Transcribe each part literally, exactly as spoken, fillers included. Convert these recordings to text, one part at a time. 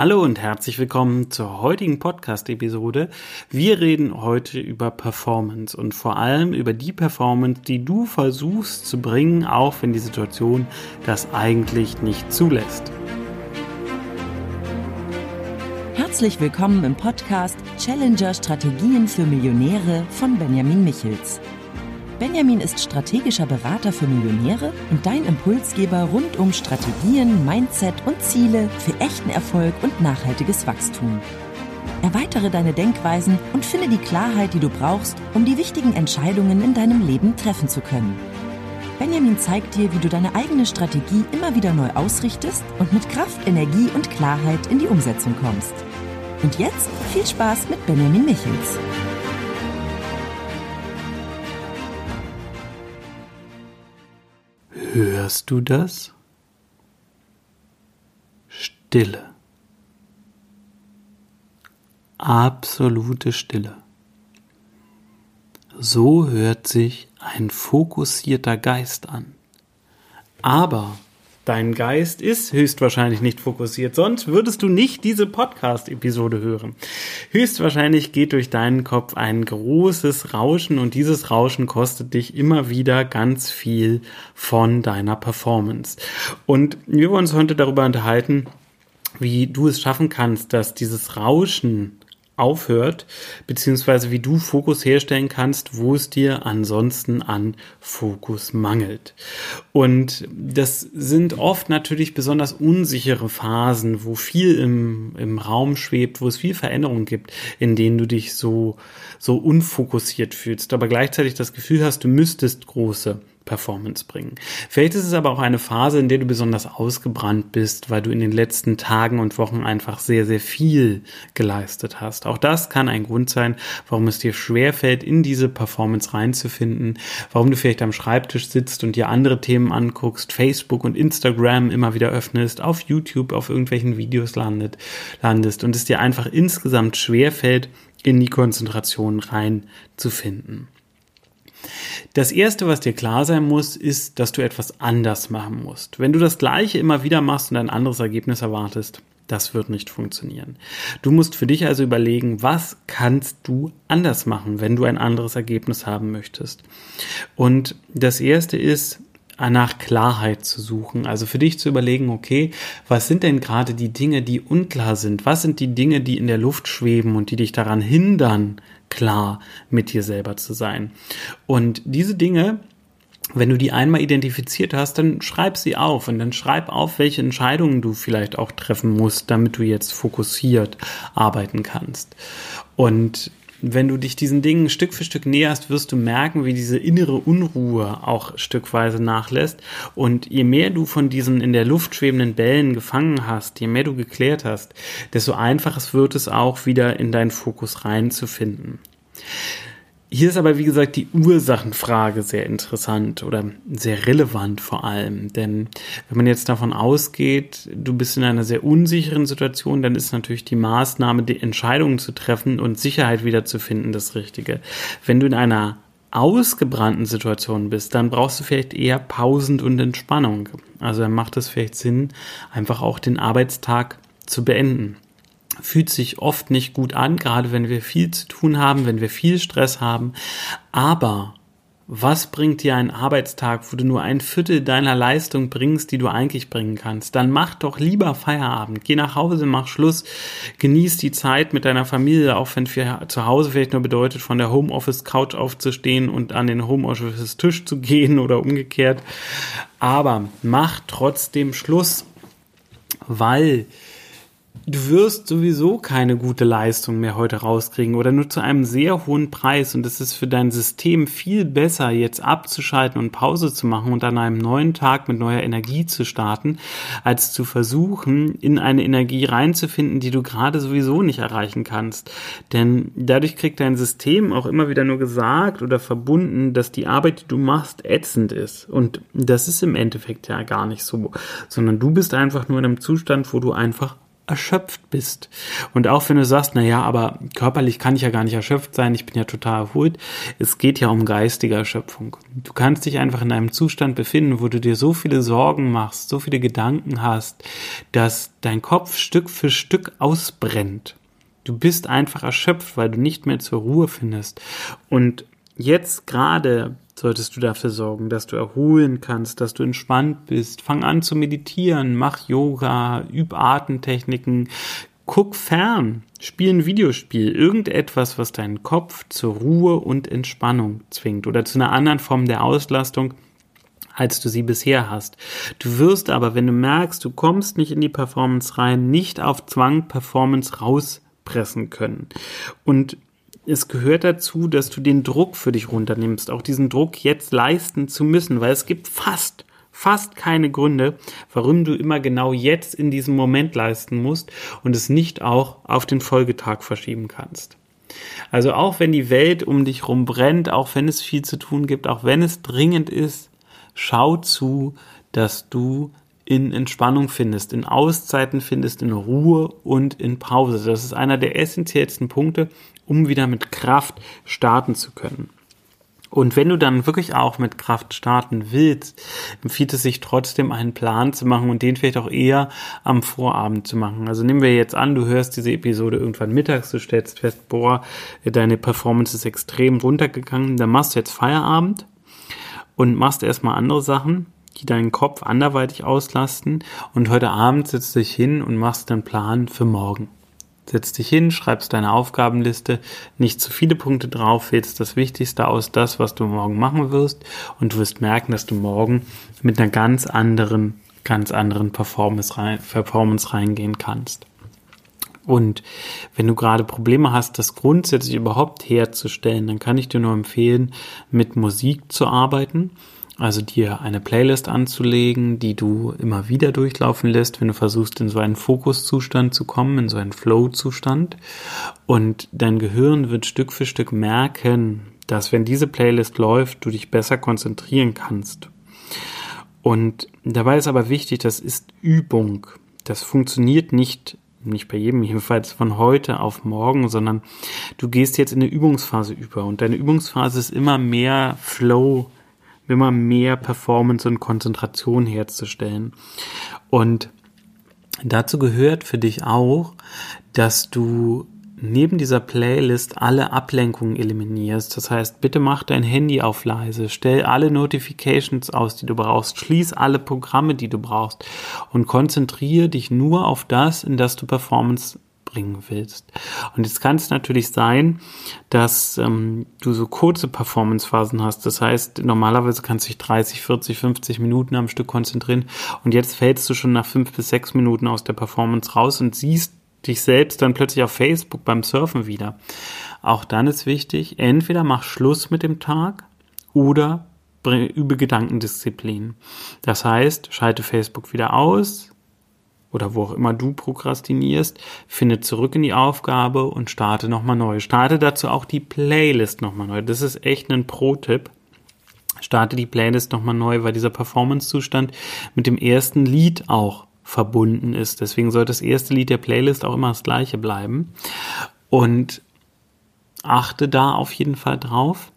Hallo und herzlich willkommen zur heutigen Podcast-Episode. Wir reden heute über Performance und vor allem über die Performance, die du versuchst zu bringen, auch wenn die Situation das eigentlich nicht zulässt. Herzlich willkommen im Podcast Challenger Strategien für Millionäre von Benjamin Michels. Benjamin ist strategischer Berater für Millionäre und dein Impulsgeber rund um Strategien, Mindset und Ziele für echten Erfolg und nachhaltiges Wachstum. Erweitere deine Denkweisen und finde die Klarheit, die du brauchst, um die wichtigen Entscheidungen in deinem Leben treffen zu können. Benjamin zeigt dir, wie du deine eigene Strategie immer wieder neu ausrichtest und mit Kraft, Energie und Klarheit in die Umsetzung kommst. Und jetzt viel Spaß mit Benjamin Michels. Hörst du das? Stille. Absolute Stille. So hört sich ein fokussierter Geist an. Aber dein Geist ist höchstwahrscheinlich nicht fokussiert, sonst würdest du nicht diese Podcast-Episode hören. Höchstwahrscheinlich geht durch deinen Kopf ein großes Rauschen und dieses Rauschen kostet dich immer wieder ganz viel von deiner Performance. Und wir wollen uns heute darüber unterhalten, wie du es schaffen kannst, dass dieses Rauschen aufhört, beziehungsweise wie du Fokus herstellen kannst, wo es dir ansonsten an Fokus mangelt. Und das sind oft natürlich besonders unsichere Phasen, wo viel im, im Raum schwebt, wo es viel Veränderung gibt, in denen du dich so, so unfokussiert fühlst, aber gleichzeitig das Gefühl hast, du müsstest große Performance bringen. Vielleicht ist es aber auch eine Phase, in der du besonders ausgebrannt bist, weil du in den letzten Tagen und Wochen einfach sehr, sehr viel geleistet hast. Auch das kann ein Grund sein, warum es dir schwerfällt, in diese Performance reinzufinden, warum du vielleicht am Schreibtisch sitzt und dir andere Themen anguckst, Facebook und Instagram immer wieder öffnest, auf YouTube auf irgendwelchen Videos landet, landest und es dir einfach insgesamt schwerfällt, in die Konzentration reinzufinden. Das Erste, was dir klar sein muss, ist, dass du etwas anders machen musst. Wenn du das Gleiche immer wieder machst und ein anderes Ergebnis erwartest, das wird nicht funktionieren. Du musst für dich also überlegen, was kannst du anders machen, wenn du ein anderes Ergebnis haben möchtest. Und das Erste ist, nach Klarheit zu suchen, also für dich zu überlegen, okay, was sind denn gerade die Dinge, die unklar sind? Was sind die Dinge, die in der Luft schweben und die dich daran hindern, klar mit dir selber zu sein? Und diese Dinge, wenn du die einmal identifiziert hast, dann schreib sie auf und dann schreib auf, welche Entscheidungen du vielleicht auch treffen musst, damit du jetzt fokussiert arbeiten kannst. Und wenn du dich diesen Dingen Stück für Stück näherst, wirst du merken, wie diese innere Unruhe auch stückweise nachlässt. Und je mehr du von diesen in der Luft schwebenden Bällen gefangen hast, je mehr du geklärt hast, desto einfacher wird es auch wieder in deinen Fokus reinzufinden. Hier ist aber, wie gesagt, die Ursachenfrage sehr interessant oder sehr relevant vor allem. Denn wenn man jetzt davon ausgeht, du bist in einer sehr unsicheren Situation, dann ist natürlich die Maßnahme, die Entscheidungen zu treffen und Sicherheit wiederzufinden, das Richtige. Wenn du in einer ausgebrannten Situation bist, dann brauchst du vielleicht eher Pausen und Entspannung. Also dann macht es vielleicht Sinn, einfach auch den Arbeitstag zu beenden. Fühlt sich oft nicht gut an, gerade wenn wir viel zu tun haben, wenn wir viel Stress haben. Aber was bringt dir ein Arbeitstag, wo du nur ein Viertel deiner Leistung bringst, die du eigentlich bringen kannst? Dann mach doch lieber Feierabend. Geh nach Hause, mach Schluss, genieß die Zeit mit deiner Familie, auch wenn für zu Hause vielleicht nur bedeutet, von der Homeoffice-Couch aufzustehen und an den Homeoffice-Tisch zu gehen oder umgekehrt. Aber mach trotzdem Schluss, weil du wirst sowieso keine gute Leistung mehr heute rauskriegen oder nur zu einem sehr hohen Preis und es ist für dein System viel besser, jetzt abzuschalten und Pause zu machen und an einem neuen Tag mit neuer Energie zu starten, als zu versuchen, in eine Energie reinzufinden, die du gerade sowieso nicht erreichen kannst. Denn dadurch kriegt dein System auch immer wieder nur gesagt oder verbunden, dass die Arbeit, die du machst, ätzend ist. Und das ist im Endeffekt ja gar nicht so, sondern du bist einfach nur in einem Zustand, wo du einfach erschöpft bist. Und auch wenn du sagst, na ja, aber körperlich kann ich ja gar nicht erschöpft sein, ich bin ja total erholt. Es geht ja um geistige Erschöpfung. Du kannst dich einfach in einem Zustand befinden, wo du dir so viele Sorgen machst, so viele Gedanken hast, dass dein Kopf Stück für Stück ausbrennt. Du bist einfach erschöpft, weil du nicht mehr zur Ruhe findest. Und jetzt gerade solltest du dafür sorgen, dass du erholen kannst, dass du entspannt bist. Fang an zu meditieren, mach Yoga, üb Atemtechniken, guck fern, spiel ein Videospiel, irgendetwas, was deinen Kopf zur Ruhe und Entspannung zwingt oder zu einer anderen Form der Auslastung, als du sie bisher hast. Du wirst aber, wenn du merkst, du kommst nicht in die Performance rein, nicht auf Zwang Performance rauspressen können. Und es gehört dazu, dass du den Druck für dich runternimmst, auch diesen Druck jetzt leisten zu müssen, weil es gibt fast, fast keine Gründe, warum du immer genau jetzt in diesem Moment leisten musst und es nicht auch auf den Folgetag verschieben kannst. Also auch wenn die Welt um dich rum brennt, auch wenn es viel zu tun gibt, auch wenn es dringend ist, schau zu, dass du in Entspannung findest, in Auszeiten findest, in Ruhe und in Pause. Das ist einer der essentiellsten Punkte, um wieder mit Kraft starten zu können. Und wenn du dann wirklich auch mit Kraft starten willst, empfiehlt es sich trotzdem, einen Plan zu machen und den vielleicht auch eher am Vorabend zu machen. Also nehmen wir jetzt an, du hörst diese Episode irgendwann mittags, du stellst fest, boah, deine Performance ist extrem runtergegangen, dann machst du jetzt Feierabend und machst erstmal andere Sachen, die deinen Kopf anderweitig auslasten, und heute Abend setzt dich hin und machst einen Plan für morgen. Setzt dich hin, schreibst deine Aufgabenliste, nicht zu viele Punkte drauf, wählst das Wichtigste aus, das, was du morgen machen wirst, und du wirst merken, dass du morgen mit einer ganz anderen, ganz anderen Performance, rein, Performance reingehen kannst. Und wenn du gerade Probleme hast, das grundsätzlich überhaupt herzustellen, dann kann ich dir nur empfehlen, mit Musik zu arbeiten. Also dir eine Playlist anzulegen, die du immer wieder durchlaufen lässt, wenn du versuchst, in so einen Fokuszustand zu kommen, in so einen Flow-Zustand. Und dein Gehirn wird Stück für Stück merken, dass, wenn diese Playlist läuft, du dich besser konzentrieren kannst. Und dabei ist aber wichtig, das ist Übung. Das funktioniert nicht, nicht bei jedem, jedenfalls von heute auf morgen, sondern du gehst jetzt in eine Übungsphase über. Und deine Übungsphase ist immer mehr Flow, immer mehr Performance und Konzentration herzustellen. Und dazu gehört für dich auch, dass du neben dieser Playlist alle Ablenkungen eliminierst. Das heißt, bitte mach dein Handy auf leise, stell alle Notifications aus, die du brauchst, schließ alle Programme, die du brauchst, und konzentriere dich nur auf das, in das du Performance bringen willst. Und jetzt kann es natürlich sein, dass ähm, du so kurze Performance-Phasen hast. Das heißt, normalerweise kannst du dich dreißig, vierzig, fünfzig Minuten am Stück konzentrieren, und jetzt fällst du schon nach fünf bis sechs Minuten aus der Performance raus und siehst dich selbst dann plötzlich auf Facebook beim Surfen wieder. Auch dann ist wichtig, entweder mach Schluss mit dem Tag oder übe Gedankendisziplin. Das heißt, schalte Facebook wieder aus, oder wo auch immer du prokrastinierst, finde zurück in die Aufgabe und starte nochmal neu. Starte dazu auch die Playlist nochmal neu. Das ist echt ein Pro-Tipp. Starte die Playlist nochmal neu, weil dieser Performance-Zustand mit dem ersten Lied auch verbunden ist. Deswegen sollte das erste Lied der Playlist auch immer das gleiche bleiben. Und achte da auf jeden Fall drauf.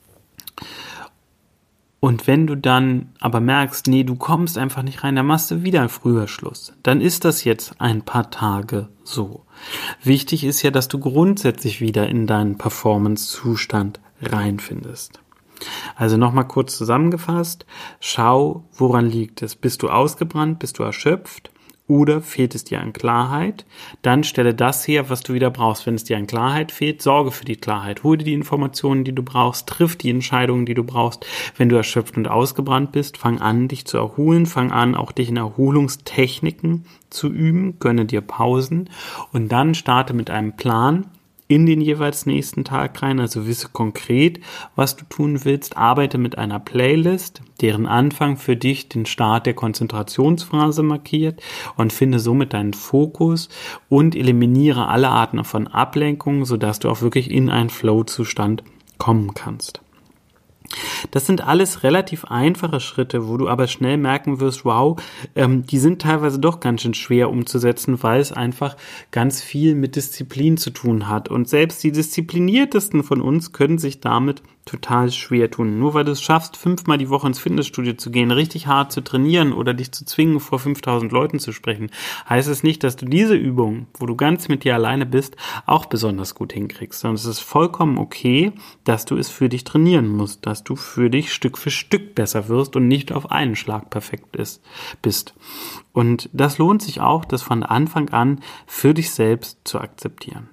Und wenn du dann aber merkst, nee, du kommst einfach nicht rein, dann machst du wieder früher Schluss. Dann ist das jetzt ein paar Tage so. Wichtig ist ja, dass du grundsätzlich wieder in deinen Performance-Zustand reinfindest. Also nochmal kurz zusammengefasst, schau, woran liegt es. Bist du ausgebrannt, bist du erschöpft? Oder fehlt es dir an Klarheit? Dann stelle das her, was du wieder brauchst. Wenn es dir an Klarheit fehlt, sorge für die Klarheit. Hol dir die Informationen, die du brauchst. Triff die Entscheidungen, die du brauchst. Wenn du erschöpft und ausgebrannt bist, fang an, dich zu erholen. Fang an, auch dich in Erholungstechniken zu üben. Gönne dir Pausen. Und dann starte mit einem Plan in den jeweils nächsten Tag rein, also wisse konkret, was du tun willst, arbeite mit einer Playlist, deren Anfang für dich den Start der Konzentrationsphase markiert, und finde somit deinen Fokus und eliminiere alle Arten von Ablenkungen, sodass du auch wirklich in einen Flow-Zustand kommen kannst. Das sind alles relativ einfache Schritte, wo du aber schnell merken wirst, wow, ähm, die sind teilweise doch ganz schön schwer umzusetzen, weil es einfach ganz viel mit Disziplin zu tun hat. Und selbst die diszipliniertesten von uns können sich damit total schwer tun. Nur weil du es schaffst, fünfmal die Woche ins Fitnessstudio zu gehen, richtig hart zu trainieren oder dich zu zwingen, vor fünftausend Leuten zu sprechen, heißt es nicht, dass du diese Übung, wo du ganz mit dir alleine bist, auch besonders gut hinkriegst. Sondern es ist vollkommen okay, dass du es für dich trainieren musst, dass du für dich Stück für Stück besser wirst und nicht auf einen Schlag perfekt ist, bist. Und das lohnt sich auch, das von Anfang an für dich selbst zu akzeptieren.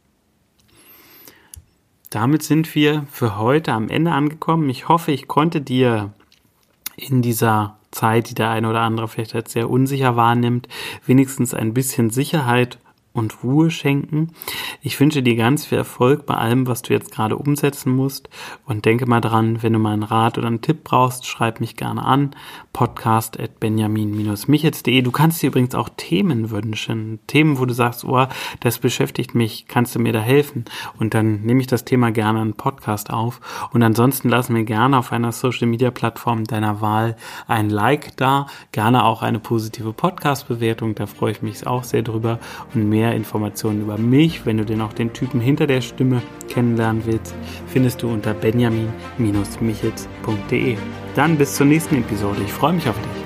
Damit sind wir für heute am Ende angekommen. Ich hoffe, ich konnte dir in dieser Zeit, die der eine oder andere vielleicht als sehr unsicher wahrnimmt, wenigstens ein bisschen Sicherheit und Ruhe schenken. Ich wünsche dir ganz viel Erfolg bei allem, was du jetzt gerade umsetzen musst, und denke mal dran, wenn du mal einen Rat oder einen Tipp brauchst, schreib mich gerne an, podcast at benjamin dash michels punkt de. Du kannst dir übrigens auch Themen wünschen, Themen, wo du sagst, oh, das beschäftigt mich, kannst du mir da helfen? Und dann nehme ich das Thema gerne in einen Podcast auf. Und ansonsten lass mir gerne auf einer Social-Media-Plattform deiner Wahl ein Like da, gerne auch eine positive Podcast-Bewertung, da freue ich mich auch sehr drüber. Und mehr Informationen über mich, wenn du denn auch den Typen hinter der Stimme kennenlernen willst, findest du unter benjamin dash michels punkt de. Dann bis zur nächsten Episode. Ich freue mich auf dich.